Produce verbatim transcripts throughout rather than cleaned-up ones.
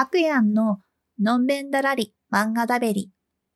くやんののんべんだらり漫画だべり。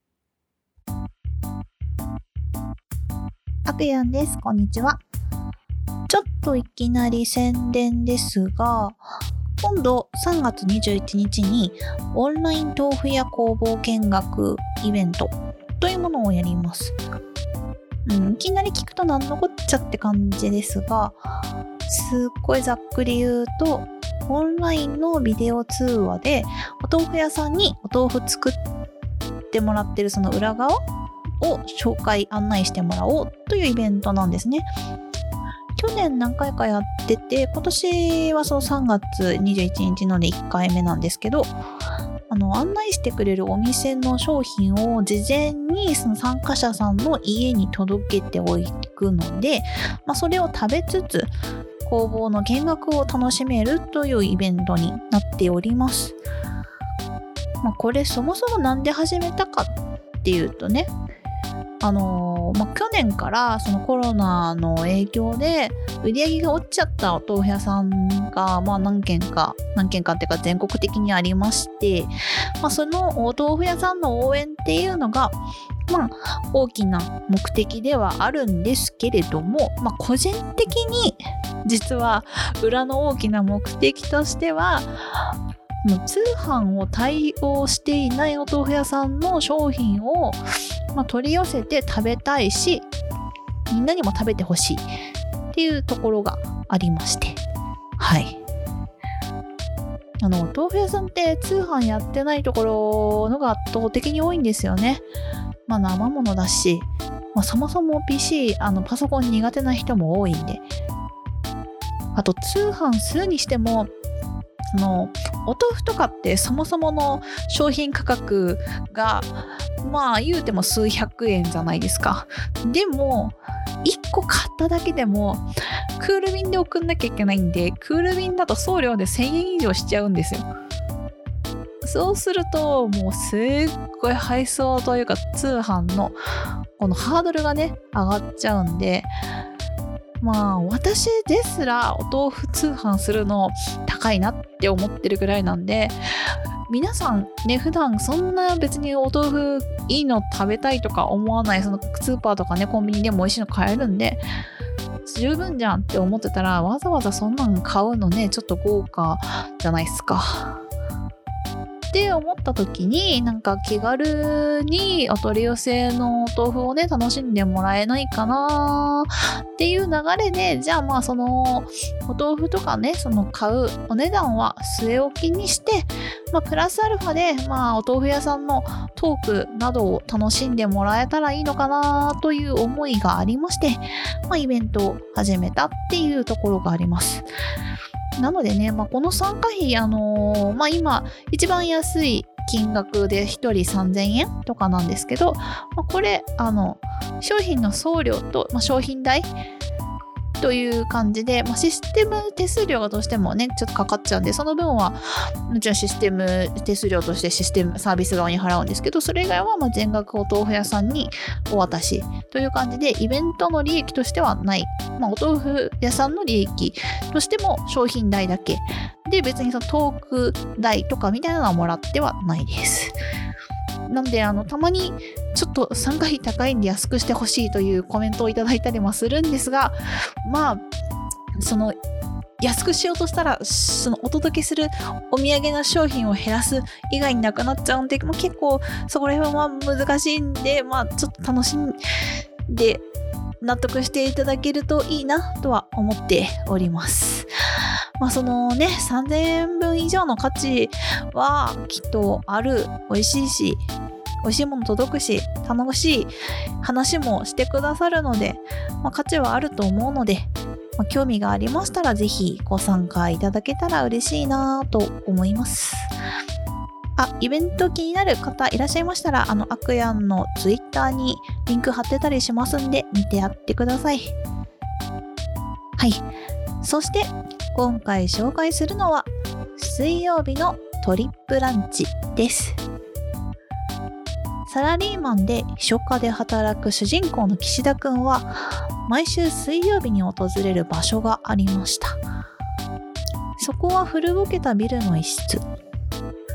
あくやんです。こんにちは。ちょっといきなり宣伝ですが、今度さんがつにじゅういちにちにオンライン豆腐屋工房見学イベントというものをやります。うん、いきなり聞くとなんのこっちゃって感じですが、すっごいざっくり言うと、オンラインのビデオ通話でお豆腐屋さんにお豆腐作ってもらってるその裏側を紹介案内してもらおうというイベントなんですね。去年何回かやってて、今年はそのさんがつにじゅういちにちのでいっかいめなんですけど、あの案内してくれるお店の商品を事前にその参加者さんの家に届けておくので、まあ、それを食べつつ工房の見学を楽しめるというイベントになっております。まあ、これそもそもなんで始めたかっていうとね、あのーまあ、去年からそのコロナの影響で売り上げが落ちちゃったお豆腐屋さんが、まあ、何軒か何軒かっていうか全国的にありまして、まあ、そのお豆腐屋さんの応援っていうのが、まあ、大きな目的ではあるんですけれども、まあ、個人的に実は裏の大きな目的としては、もう通販を対応していないお豆腐屋さんの商品を、まあ、取り寄せて食べたいし、みんなにも食べてほしいっていうところがありまして、はい。あの、お豆腐屋さんって通販やってないところのが圧倒的に多いんですよね。まあ生ものだし、まあ、そもそも ピーシー、あのパソコン苦手な人も多いんで。あと通販するにしても、そのお豆腐とかってそもそもの商品価格がまあ言うても数百円じゃないですか。でもいっこ買っただけでもクール便で送んなきゃいけないんで、クール便だと送料でせんえん以上しちゃうんですよ。そうするともうすっごい配送というか通販のこのハードルがね上がっちゃうんで、まあ私ですらお豆腐通販するの高いなって思ってるぐらいなんで、皆さんね普段そんな別にお豆腐いいの食べたいとか思わない、そのスーパーとかねコンビニでも美味しいの買えるんで十分じゃんって思ってたら、わざわざそんなん買うのねちょっと豪華じゃないですかって思った時に、なんか気軽にお取り寄せのお豆腐をね楽しんでもらえないかなっていう流れで、じゃあまあそのお豆腐とかねその買うお値段は据え置きにして、まあ、プラスアルファでまあお豆腐屋さんのトークなどを楽しんでもらえたらいいのかなという思いがありまして、まあ、イベントを始めたっていうところがあります。なのでね、まあ、この参加費、あのーまあ、今一番安い金額でひとりさんぜんえんとかなんですけど、まあ、これあの商品の送料と、まあ、商品代という感じで、まあ、システム手数料がどうしてもねちょっとかかっちゃうんで、その分はもちろんシステム手数料としてシステムサービス側に払うんですけど、それ以外はまあ全額お豆腐屋さんにお渡しという感じで、イベントの利益としてはない、まあ、お豆腐屋さんの利益としても商品代だけで、別にそのトーク代とかみたいなのはもらってはないです。なんであのたまにちょっと参加費高いんで安くしてほしいというコメントをいただいたりもするんですが、まあその安くしようとしたらそのお届けするお土産の商品を減らす以外になくなっちゃうんで、まあ、結構そこら辺は難しいんで、まあちょっと楽しんで納得していただけるといいなとは思っております。まあそのねさんぜんえんぶん以上の価値はきっとある。美味しいし美味しいもの届くし楽しい話もしてくださるので、まあ、価値はあると思うので、まあ、興味がありましたらぜひご参加いただけたら嬉しいなと思います。あ、イベント気になる方いらっしゃいましたら、あのあくやんのツイッターにリンク貼ってたりしますんで見てやってください。はい、そして今回紹介するのは水曜日のトリップランチです。サラリーマンで秘書課で働く主人公の岸田くんは毎週水曜日に訪れる場所がありました。そこは古ぼけたビルの一室。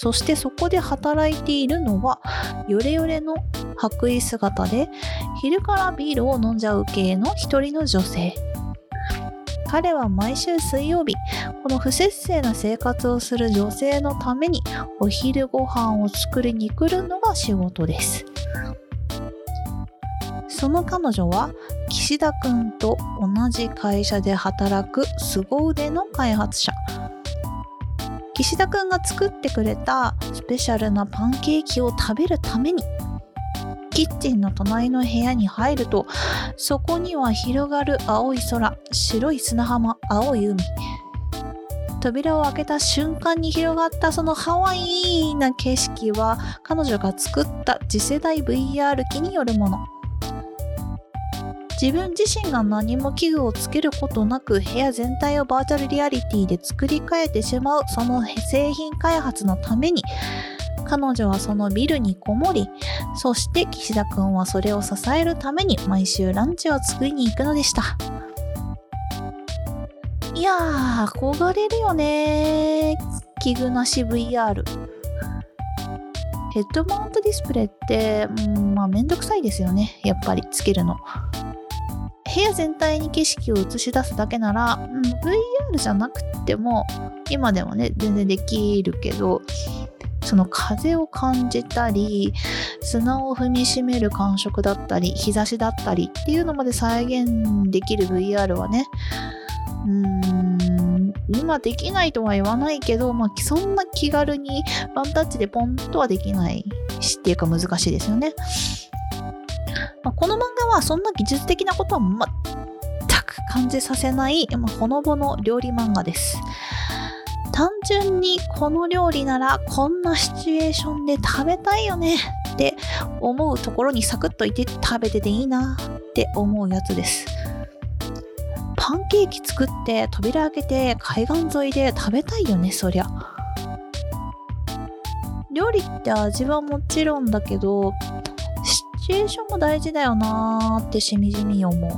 そしてそこで働いているのはヨレヨレの白衣姿で昼からビールを飲んじゃう系の一人の女性。彼は毎週水曜日、この不摂生な生活をする女性のためにお昼ご飯を作りに来るのが仕事です。その彼女は岸田くんと同じ会社で働く凄腕の開発者。岸田くんが作ってくれたスペシャルなパンケーキを食べるためにキッチンの隣の部屋に入ると、そこには広がる青い空、白い砂浜、青い海。扉を開けた瞬間に広がったそのハワイな景色は彼女が作った次世代 ブイアール 機によるもの。自分自身が何も器具をつけることなく部屋全体をバーチャルリアリティで作り変えてしまうその製品開発のために、彼女はそのビルにこもり、そして岸田くんはそれを支えるために毎週ランチを作りに行くのでした。いやー、憧れるよね。器具なし ブイアール。ヘッドマウントディスプレイって、うん、まあめんどくさいですよね。やっぱりつけるの。部屋全体に景色を映し出すだけなら、うん、ブイアール じゃなくても今でもね全然できるけど、その風を感じたり砂を踏みしめる感触だったり日差しだったりっていうのまで再現できる ブイアール はね、うーん今できないとは言わないけど、まあ、そんな気軽にワンタッチでポンとはできないしっていうか難しいですよね。まあ、この漫画はそんな技術的なことは全く感じさせない、まあ、ほのぼの料理漫画です。単純にこの料理ならこんなシチュエーションで食べたいよねって思うところにサクッといて食べてていいなって思うやつです。パンケーキ作って扉開けて海岸沿いで食べたいよね、そりゃ。料理って味はもちろんだけどシチュエーションも大事だよなーってしみじみ思う。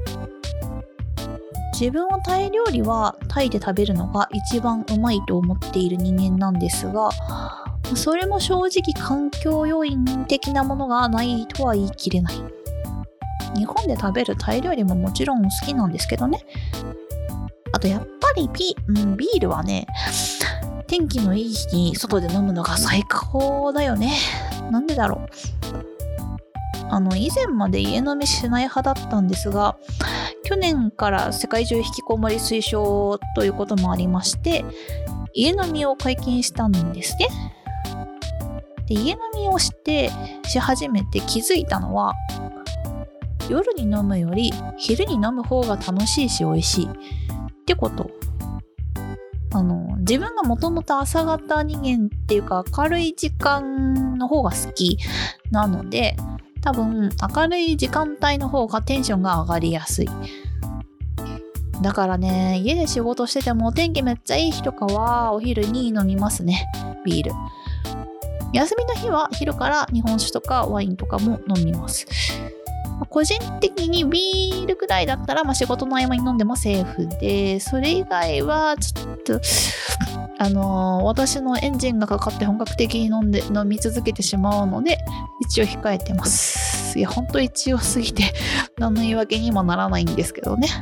自分はタイ料理はタイで食べるのが一番うまいと思っている人間なんですが、それも正直環境要因的なものがないとは言い切れない。日本で食べるタイ料理ももちろん好きなんですけどね。あとやっぱりピ、うん、ビールはね、天気のいい日に外で飲むのが最高だよね。なんでだろう。あの以前まで家飲みしない派だったんですが、去年から世界中引きこもり推奨ということもありまして家飲みを解禁したんですね。で家飲みをしてし始めて気づいたのは、夜に飲むより昼に飲む方が楽しいし美味しいってこと。あの自分がもともと朝方人間っていうか明るい時間の方が好きなので、多分明るい時間帯の方がテンションが上がりやすい。だからね、家で仕事してても天気めっちゃいい日とかはお昼に飲みますね、ビール。休みの日は昼から日本酒とかワインとかも飲みます。個人的にビールくらいだったら、まあ、仕事の合間に飲んでもセーフで、それ以外はちょっとあのー、私のエンジンがかかって本格的に飲んで飲み続けてしまうので一応控えてます。いや本当一応すぎて何の言い訳にもならないんですけどね、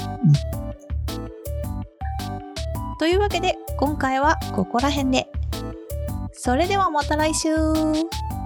うん、というわけで今回はここら辺で。それではまた来週。